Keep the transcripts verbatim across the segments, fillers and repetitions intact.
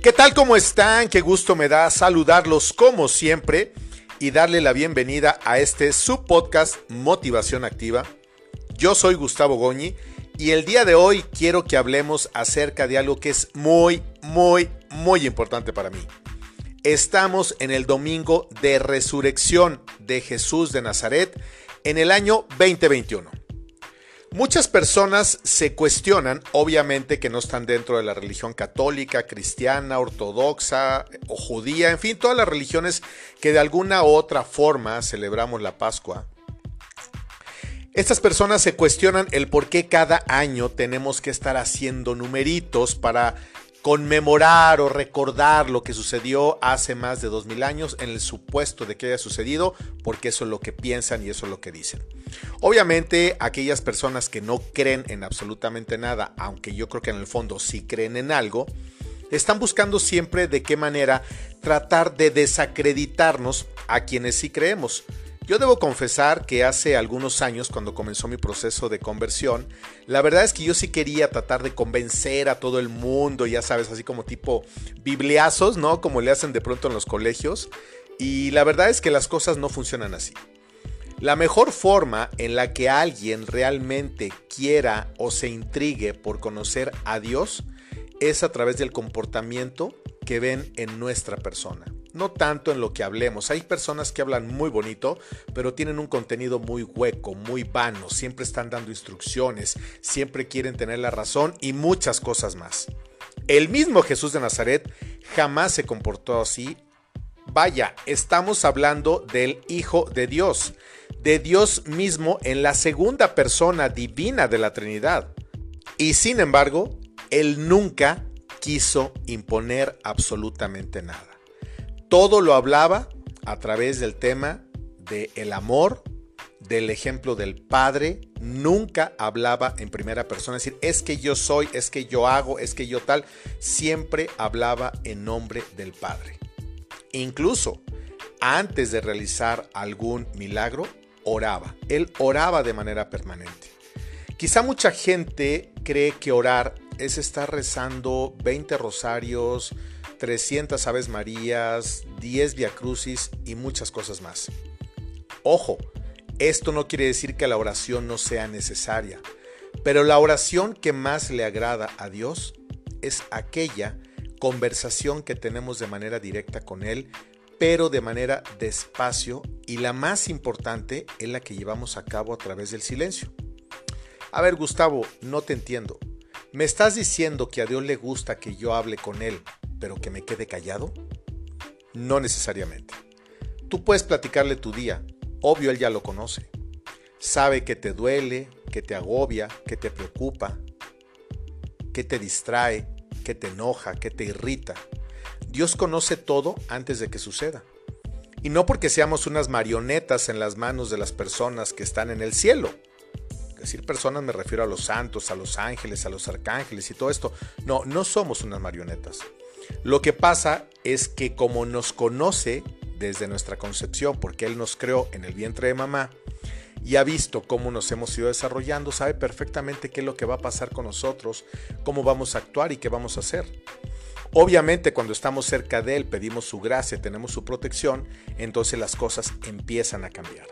¿Qué tal? ¿Cómo están? Qué gusto me da saludarlos como siempre y darle la bienvenida a este subpodcast Motivación Activa. Yo soy Gustavo Goñi y el día de hoy quiero que hablemos acerca de algo que es muy, muy, muy importante para mí. Estamos en el domingo de resurrección de Jesús de Nazaret en el año veinte veintiuno. Muchas personas se cuestionan, obviamente que no están dentro de la religión católica, cristiana, ortodoxa o judía, en fin, todas las religiones que de alguna u otra forma celebramos la Pascua. Estas personas se cuestionan el por qué cada año tenemos que estar haciendo numeritos para conmemorar o recordar lo que sucedió hace más de dos mil años en el supuesto de que haya sucedido, porque eso es lo que piensan y eso es lo que dicen. Obviamente, aquellas personas que no creen en absolutamente nada, aunque yo creo que en el fondo sí creen en algo, están buscando siempre de qué manera tratar de desacreditarnos a quienes sí creemos. Yo debo confesar que hace algunos años, cuando comenzó mi proceso de conversión, la verdad es que yo sí quería tratar de convencer a todo el mundo, ya sabes, así como tipo bibliazos, ¿no? Como le hacen de pronto en los colegios. Y la verdad es que las cosas no funcionan así. La mejor forma en la que alguien realmente quiera o se intrigue por conocer a Dios es a través del comportamiento que ven en nuestra persona. No tanto en lo que hablemos. Hay personas que hablan muy bonito, pero tienen un contenido muy hueco, muy vano. Siempre están dando instrucciones, siempre quieren tener la razón y muchas cosas más. El mismo Jesús de Nazaret jamás se comportó así. Vaya, estamos hablando del Hijo de Dios, de Dios mismo en la segunda persona divina de la Trinidad. Y sin embargo, Él nunca quiso imponer absolutamente nada. Todo lo hablaba a través del tema del amor, del ejemplo del Padre. Nunca hablaba en primera persona, es decir, es que yo soy, es que yo hago, es que yo tal. Siempre hablaba en nombre del Padre. Incluso antes de realizar algún milagro, oraba. Él oraba de manera permanente. Quizá mucha gente cree que orar es estar rezando veinte rosarios, trescientas Aves Marías, diez Viacrucis y muchas cosas más. Ojo, esto no quiere decir que la oración no sea necesaria, pero la oración que más le agrada a Dios es aquella conversación que tenemos de manera directa con Él, pero de manera despacio, y la más importante es la que llevamos a cabo a través del silencio. A ver, Gustavo, no te entiendo. ¿Me estás diciendo que a Dios le gusta que yo hable con Él, pero que me quede callado? No necesariamente. Tú puedes platicarle tu día. Obvio, Él ya lo conoce. Sabe que te duele, que te agobia, que te preocupa, que te distrae, que te enoja, que te irrita. Dios conoce todo antes de que suceda. Y no porque seamos unas marionetas en las manos de las personas que están en el cielo. Decir personas me refiero a los santos, a los ángeles, a los arcángeles y todo esto. No, no somos unas marionetas. Lo que pasa es que como nos conoce desde nuestra concepción, porque Él nos creó en el vientre de mamá y ha visto cómo nos hemos ido desarrollando, sabe perfectamente qué es lo que va a pasar con nosotros, cómo vamos a actuar y qué vamos a hacer. Obviamente, cuando estamos cerca de Él, pedimos su gracia, tenemos su protección, entonces las cosas empiezan a cambiar.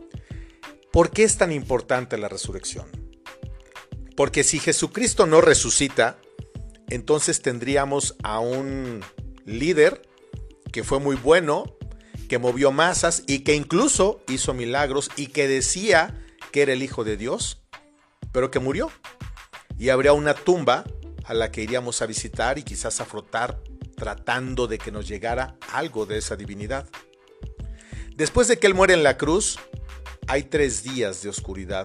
¿Por qué es tan importante la resurrección? Porque si Jesucristo no resucita, entonces tendríamos a un líder que fue muy bueno, que movió masas y que incluso hizo milagros y que decía que era el Hijo de Dios, pero que murió. Y habría una tumba a la que iríamos a visitar y quizás a frotar tratando de que nos llegara algo de esa divinidad. Después de que Él muere en la cruz, hay tres días de oscuridad.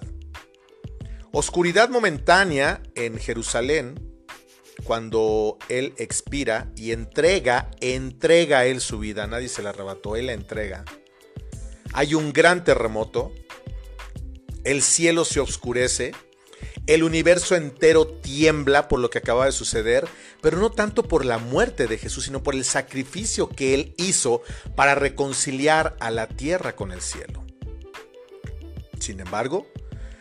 Oscuridad momentánea en Jerusalén, cuando Él expira y entrega, entrega Él su vida. Nadie se la arrebató, Él la entrega. Hay un gran terremoto, el cielo se oscurece, el universo entero tiembla por lo que acaba de suceder, pero no tanto por la muerte de Jesús, sino por el sacrificio que Él hizo para reconciliar a la tierra con el cielo. Sin embargo,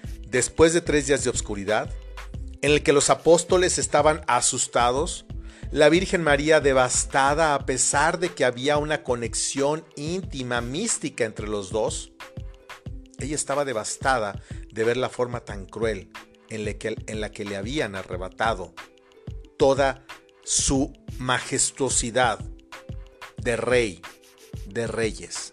después de tres días de oscuridad, en el que los apóstoles estaban asustados, La Virgen María devastada a pesar de que había una conexión íntima, mística entre los dos. Ella estaba devastada de ver la forma tan cruel en la que, en la que le habían arrebatado toda su majestuosidad de rey, de reyes.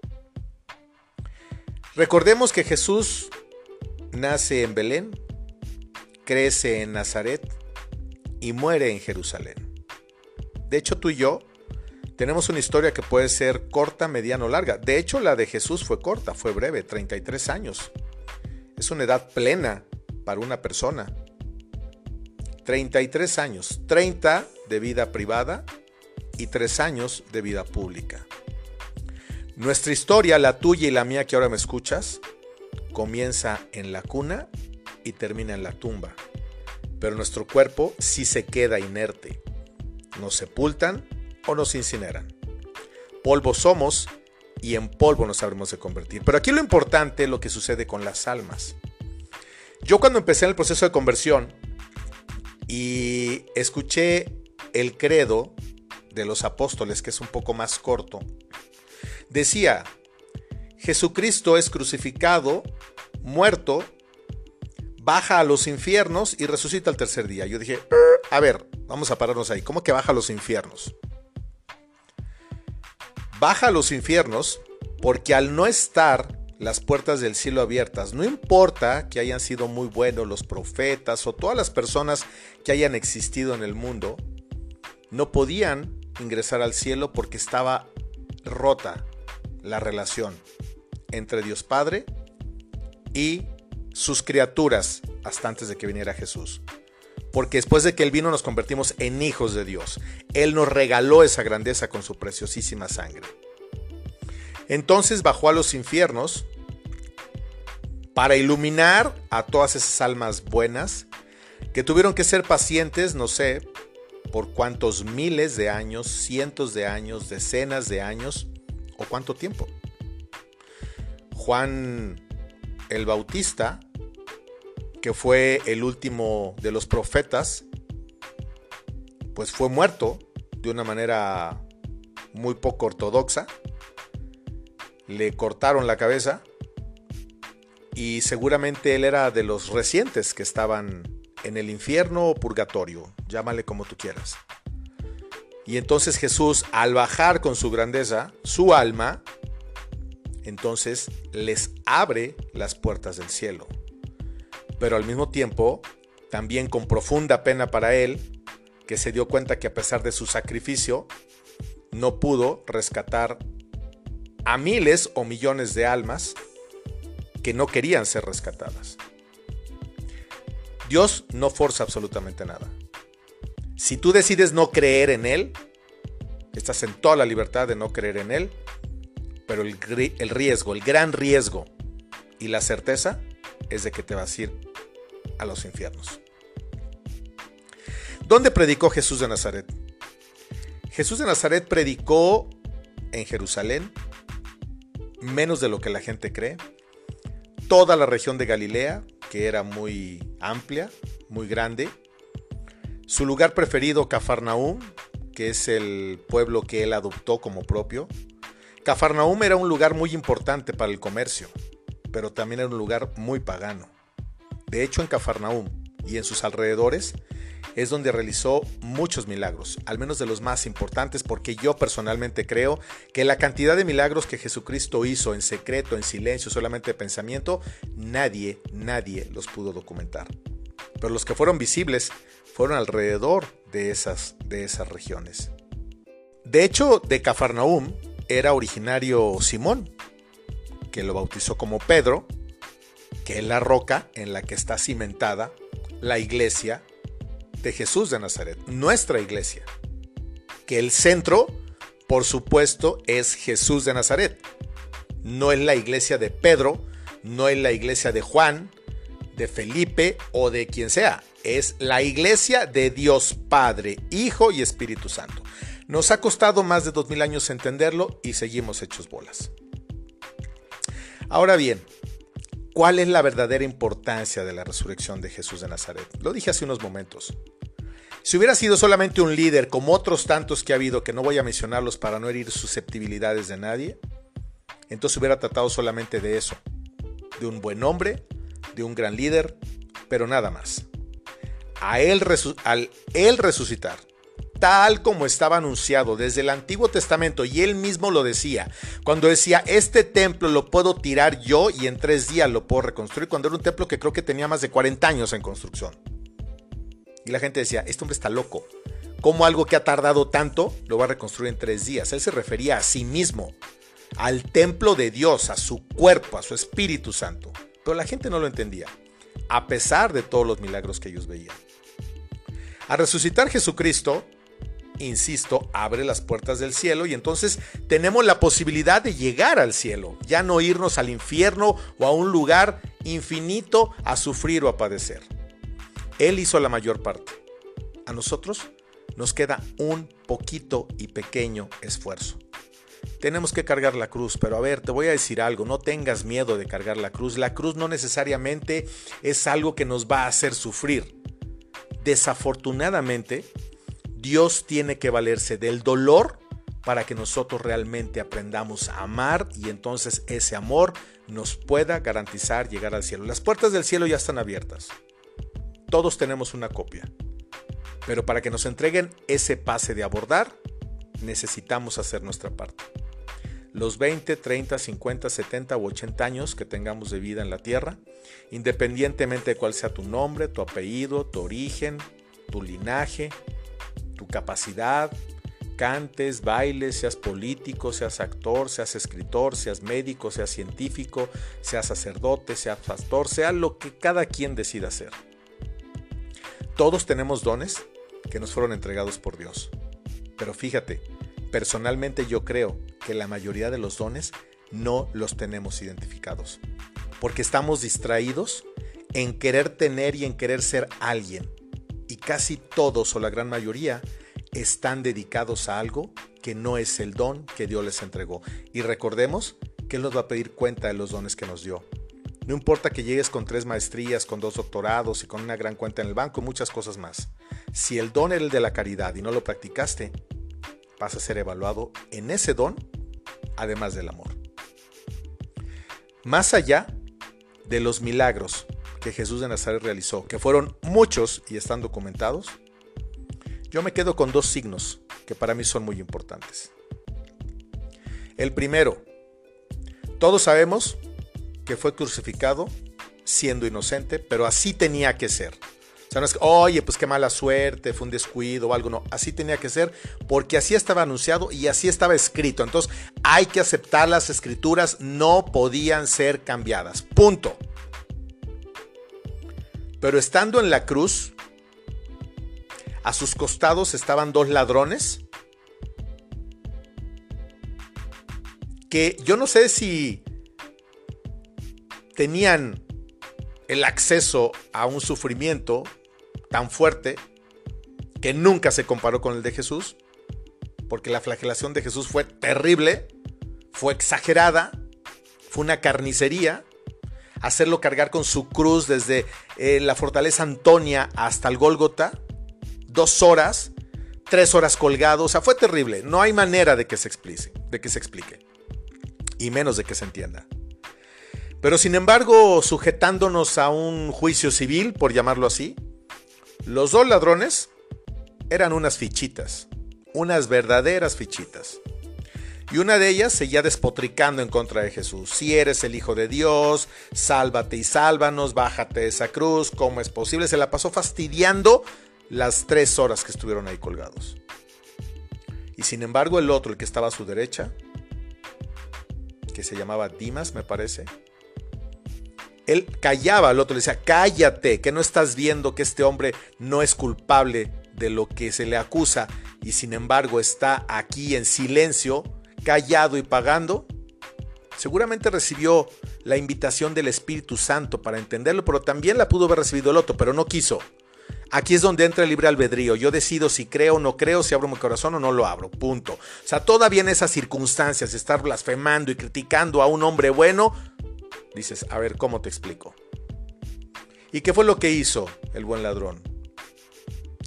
Recordemos que Jesús nace en Belén, crece en Nazaret y muere en Jerusalén. De hecho, tú y yo tenemos una historia que puede ser corta, mediana o larga. De hecho, la de Jesús fue corta, fue breve, treinta y tres años. Es una edad plena para una persona. treinta y tres años, treinta de vida privada y tres años de vida pública. Nuestra historia, la tuya y la mía que ahora me escuchas, comienza en la cuna y termina en la tumba. Pero nuestro cuerpo sí se queda inerte. Nos sepultan o nos incineran. Polvo somos y en polvo nos habremos de convertir. Pero aquí lo importante es lo que sucede con las almas. Yo cuando empecé en el proceso de conversión y escuché el credo de los apóstoles, que es un poco más corto, decía: Jesucristo es crucificado, muerto, baja a los infiernos y resucita al tercer día. Yo dije, a ver, vamos a pararnos ahí. ¿Cómo que baja a los infiernos? Baja a los infiernos porque al no estar las puertas del cielo abiertas, no importa que hayan sido muy buenos los profetas o todas las personas que hayan existido en el mundo, no podían ingresar al cielo porque estaba rota la relación entre Dios Padre y sus criaturas hasta antes de que viniera Jesús. Porque después de que Él vino nos convertimos en hijos de Dios. Él nos regaló esa grandeza con su preciosísima sangre. Entonces bajó a los infiernos para iluminar a todas esas almas buenas que tuvieron que ser pacientes, no sé, por cuántos miles de años, cientos de años, decenas de años o cuánto tiempo. Juan el Bautista, que fue el último de los profetas, pues fue muerto de una manera muy poco ortodoxa. Le cortaron la cabeza y seguramente él era de los recientes que estaban en el infierno o purgatorio, llámale como tú quieras. Y entonces Jesús, al bajar con su grandeza, su alma, entonces les abre las puertas del cielo. Pero al mismo tiempo, también con profunda pena para él, que se dio cuenta que a pesar de su sacrificio, no pudo rescatar a miles o millones de almas que no querían ser rescatadas. Dios no forza absolutamente nada. Si tú decides no creer en Él, estás en toda la libertad de no creer en Él, pero el, el riesgo, el gran riesgo y la certeza es de que te vas a ir a los infiernos. ¿Dónde predicó Jesús de Nazaret? Jesús de Nazaret predicó en Jerusalén, menos de lo que la gente cree, toda la región de Galilea, que era muy amplia, muy grande, su lugar preferido, Cafarnaúm, que es el pueblo que él adoptó como propio. Cafarnaúm era un lugar muy importante para el comercio, pero también era un lugar muy pagano. De hecho, en Cafarnaúm y en sus alrededores es donde realizó muchos milagros, al menos de los más importantes, porque yo personalmente creo que la cantidad de milagros que Jesucristo hizo en secreto, en silencio, solamente de pensamiento, nadie, nadie los pudo documentar. Pero los que fueron visibles fueron alrededor de esas, de esas regiones. De hecho, de Cafarnaúm era originario Simón, que lo bautizó como Pedro, que es la roca en la que está cimentada la iglesia de Jesús de Nazaret, nuestra iglesia, que el centro, por supuesto, es Jesús de Nazaret. No es la iglesia de Pedro, no es la iglesia de Juan, de Felipe o de quien sea. Es la iglesia de Dios Padre, Hijo y Espíritu Santo. Nos ha costado más de dos mil años entenderlo y seguimos hechos bolas. Ahora bien, ¿cuál es la verdadera importancia de la resurrección de Jesús de Nazaret? Lo dije hace unos momentos. Si hubiera sido solamente un líder, como otros tantos que ha habido, que no voy a mencionarlos para no herir susceptibilidades de nadie, entonces hubiera tratado solamente de eso, de un buen hombre, de un gran líder, pero nada más. A él, al él resucitar, tal como estaba anunciado desde el Antiguo Testamento, y él mismo lo decía, cuando decía, este templo lo puedo tirar yo y en tres días lo puedo reconstruir, cuando era un templo que creo que tenía más de cuarenta años en construcción. Y la gente decía, este hombre está loco, ¿cómo algo que ha tardado tanto lo va a reconstruir en tres días? Él se refería a sí mismo, al templo de Dios, a su cuerpo, a su Espíritu Santo. Pero la gente no lo entendía, a pesar de todos los milagros que ellos veían. Al resucitar Jesucristo, insisto, abre las puertas del cielo y entonces tenemos la posibilidad de llegar al cielo, ya no irnos al infierno o a un lugar infinito a sufrir o a padecer. Él hizo la mayor parte. A nosotros nos queda un poquito y pequeño esfuerzo. Tenemos que cargar la cruz, pero a ver, te voy a decir algo, no tengas miedo de cargar la cruz. La cruz no necesariamente es algo que nos va a hacer sufrir. Desafortunadamente, Dios tiene que valerse del dolor para que nosotros realmente aprendamos a amar y entonces ese amor nos pueda garantizar llegar al cielo. Las puertas del cielo ya están abiertas. Todos tenemos una copia. Pero para que nos entreguen ese pase de abordar, necesitamos hacer nuestra parte. Los veinte, treinta, cincuenta, setenta u ochenta años que tengamos de vida en la tierra, independientemente de cuál sea tu nombre, tu apellido, tu origen, tu linaje, tu capacidad, cantes, bailes, seas político, seas actor, seas escritor, seas médico, seas científico, seas sacerdote, seas pastor, sea lo que cada quien decida hacer. Todos tenemos dones que nos fueron entregados por Dios. Pero fíjate, personalmente yo creo que la mayoría de los dones no los tenemos identificados. Porque estamos distraídos en querer tener y en querer ser alguien. Y casi todos o la gran mayoría están dedicados a algo que no es el don que Dios les entregó. Y recordemos que Él nos va a pedir cuenta de los dones que nos dio. No importa que llegues con tres maestrías, con dos doctorados y con una gran cuenta en el banco y muchas cosas más. Si el don era el de la caridad y no lo practicaste, vas a ser evaluado en ese don, además del amor. Más allá de los milagros que Jesús de Nazaret realizó, que fueron muchos y están documentados, yo me quedo con dos signos que para mí son muy importantes. El primero, todos sabemos que fue crucificado siendo inocente, pero así tenía que ser. O sea, no es que, oye, pues qué mala suerte, fue un descuido o algo, no. Así tenía que ser porque así estaba anunciado y así estaba escrito. Entonces hay que aceptar las escrituras, no podían ser cambiadas. Punto. Pero estando en la cruz, a sus costados estaban dos ladrones que yo no sé si tenían el acceso a un sufrimiento tan fuerte que nunca se comparó con el de Jesús, porque la flagelación de Jesús fue terrible, fue exagerada, fue una carnicería. Hacerlo cargar con su cruz desde eh, la fortaleza Antonia hasta el Gólgota, dos horas, tres horas colgado, o sea, fue terrible. No hay manera de que se explique, de que se explique, y menos de que se entienda. Pero sin embargo, sujetándonos a un juicio civil, por llamarlo así, los dos ladrones eran unas fichitas, unas verdaderas fichitas. Y una de ellas seguía despotricando en contra de Jesús. Si eres el Hijo de Dios, sálvate y sálvanos, bájate de esa cruz, ¿cómo es posible? Se la pasó fastidiando las tres horas que estuvieron ahí colgados. Y sin embargo el otro, el que estaba a su derecha, que se llamaba Dimas, me parece, él callaba al otro, le decía, cállate, que no estás viendo que este hombre no es culpable de lo que se le acusa y sin embargo está aquí en silencio, callado y pagando. Seguramente recibió la invitación del Espíritu Santo para entenderlo, pero también la pudo haber recibido el otro, pero no quiso. Aquí es donde entra el libre albedrío. Yo decido si creo o no creo, si abro mi corazón o no lo abro, punto. O sea, todavía en esas circunstancias, estar blasfemando y criticando a un hombre bueno, dices, a ver, ¿cómo te explico? ¿Y qué fue lo que hizo el buen ladrón?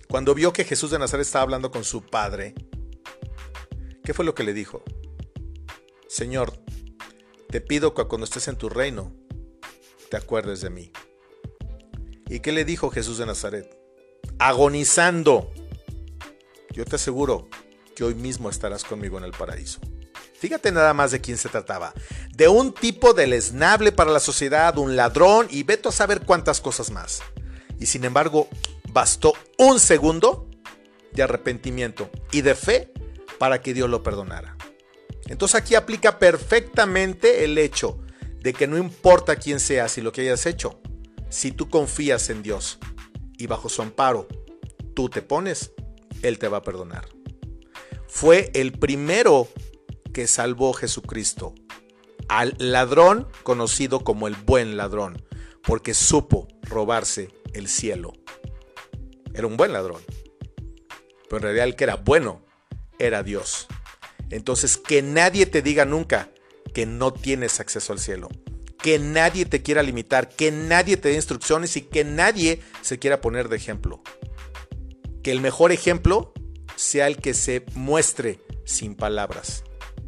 cuando vio que Jesús de Nazaret estaba hablando con su padre, ¿qué fue lo que le dijo? Señor, te pido que cuando estés en tu reino, te acuerdes de mí. ¿Y qué le dijo Jesús de Nazaret? Agonizando, yo te aseguro que hoy mismo estarás conmigo en el paraíso. Fíjate nada más de quién se trataba. De un tipo deleznable para la sociedad, un ladrón y vete a saber cuántas cosas más. Y sin embargo, bastó un segundo de arrepentimiento y de fe para que Dios lo perdonara. Entonces aquí aplica perfectamente el hecho de que no importa quién seas y lo que hayas hecho, si tú confías en Dios y bajo su amparo tú te pones, Él te va a perdonar. Fue el primero que salvó Jesucristo al ladrón conocido como el buen ladrón, porque supo robarse el cielo. Era un buen ladrón, pero en realidad el que era bueno era Dios. Entonces, que nadie te diga nunca que no tienes acceso al cielo, que nadie te quiera limitar, que nadie te dé instrucciones y que nadie se quiera poner de ejemplo. Que el mejor ejemplo sea el que se muestre sin palabras.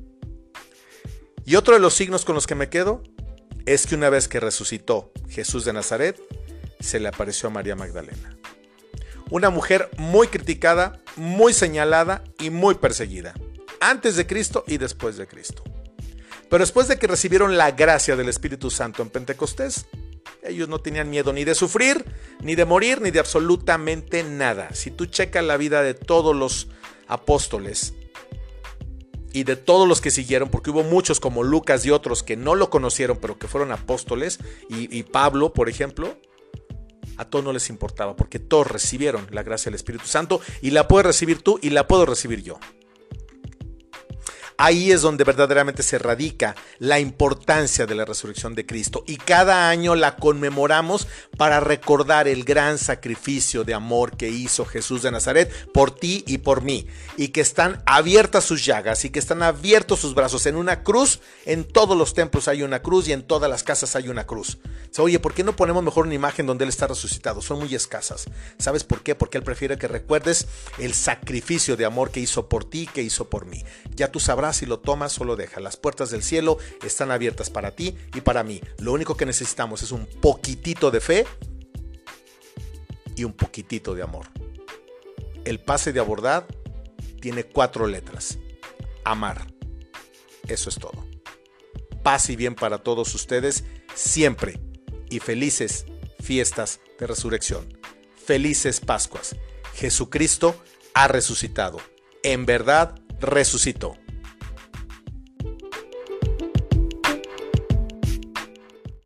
Y otro de los signos con los que me quedo es que una vez que resucitó Jesús de Nazaret, se le apareció a María Magdalena. Una mujer muy criticada, muy señalada y muy perseguida, antes de Cristo y después de Cristo. Pero después de que recibieron la gracia del Espíritu Santo en Pentecostés, ellos no tenían miedo ni de sufrir, ni de morir, ni de absolutamente nada. Si tú checas la vida de todos los apóstoles y de todos los que siguieron, porque hubo muchos como Lucas y otros que no lo conocieron, pero que fueron apóstoles, y, y Pablo, por ejemplo, a todos no les importaba, porque todos recibieron la gracia del Espíritu Santo, y la puedes recibir tú y la puedo recibir yo. Ahí es donde verdaderamente se radica la importancia de la resurrección de Cristo, y cada año la conmemoramos para recordar el gran sacrificio de amor que hizo Jesús de Nazaret por ti y por mí, y que están abiertas sus llagas y que están abiertos sus brazos en una cruz. En todos los templos hay una cruz y en todas las casas hay una cruz. Oye, ¿por qué no ponemos mejor una imagen donde Él está resucitado? Son muy escasas. ¿Sabes por qué? Porque Él prefiere que recuerdes el sacrificio de amor que hizo por ti, que hizo por mí. Ya tú sabrás si lo tomas o lo dejas. Las puertas del cielo están abiertas para ti y para mí. Lo único que necesitamos es un poquitito de fe y un poquitito de amor. El pase de abordar tiene cuatro letras. Amar. Eso es todo. Paz y bien para todos ustedes siempre. Y felices fiestas de resurrección. Felices Pascuas. Jesucristo ha resucitado. En verdad resucitó.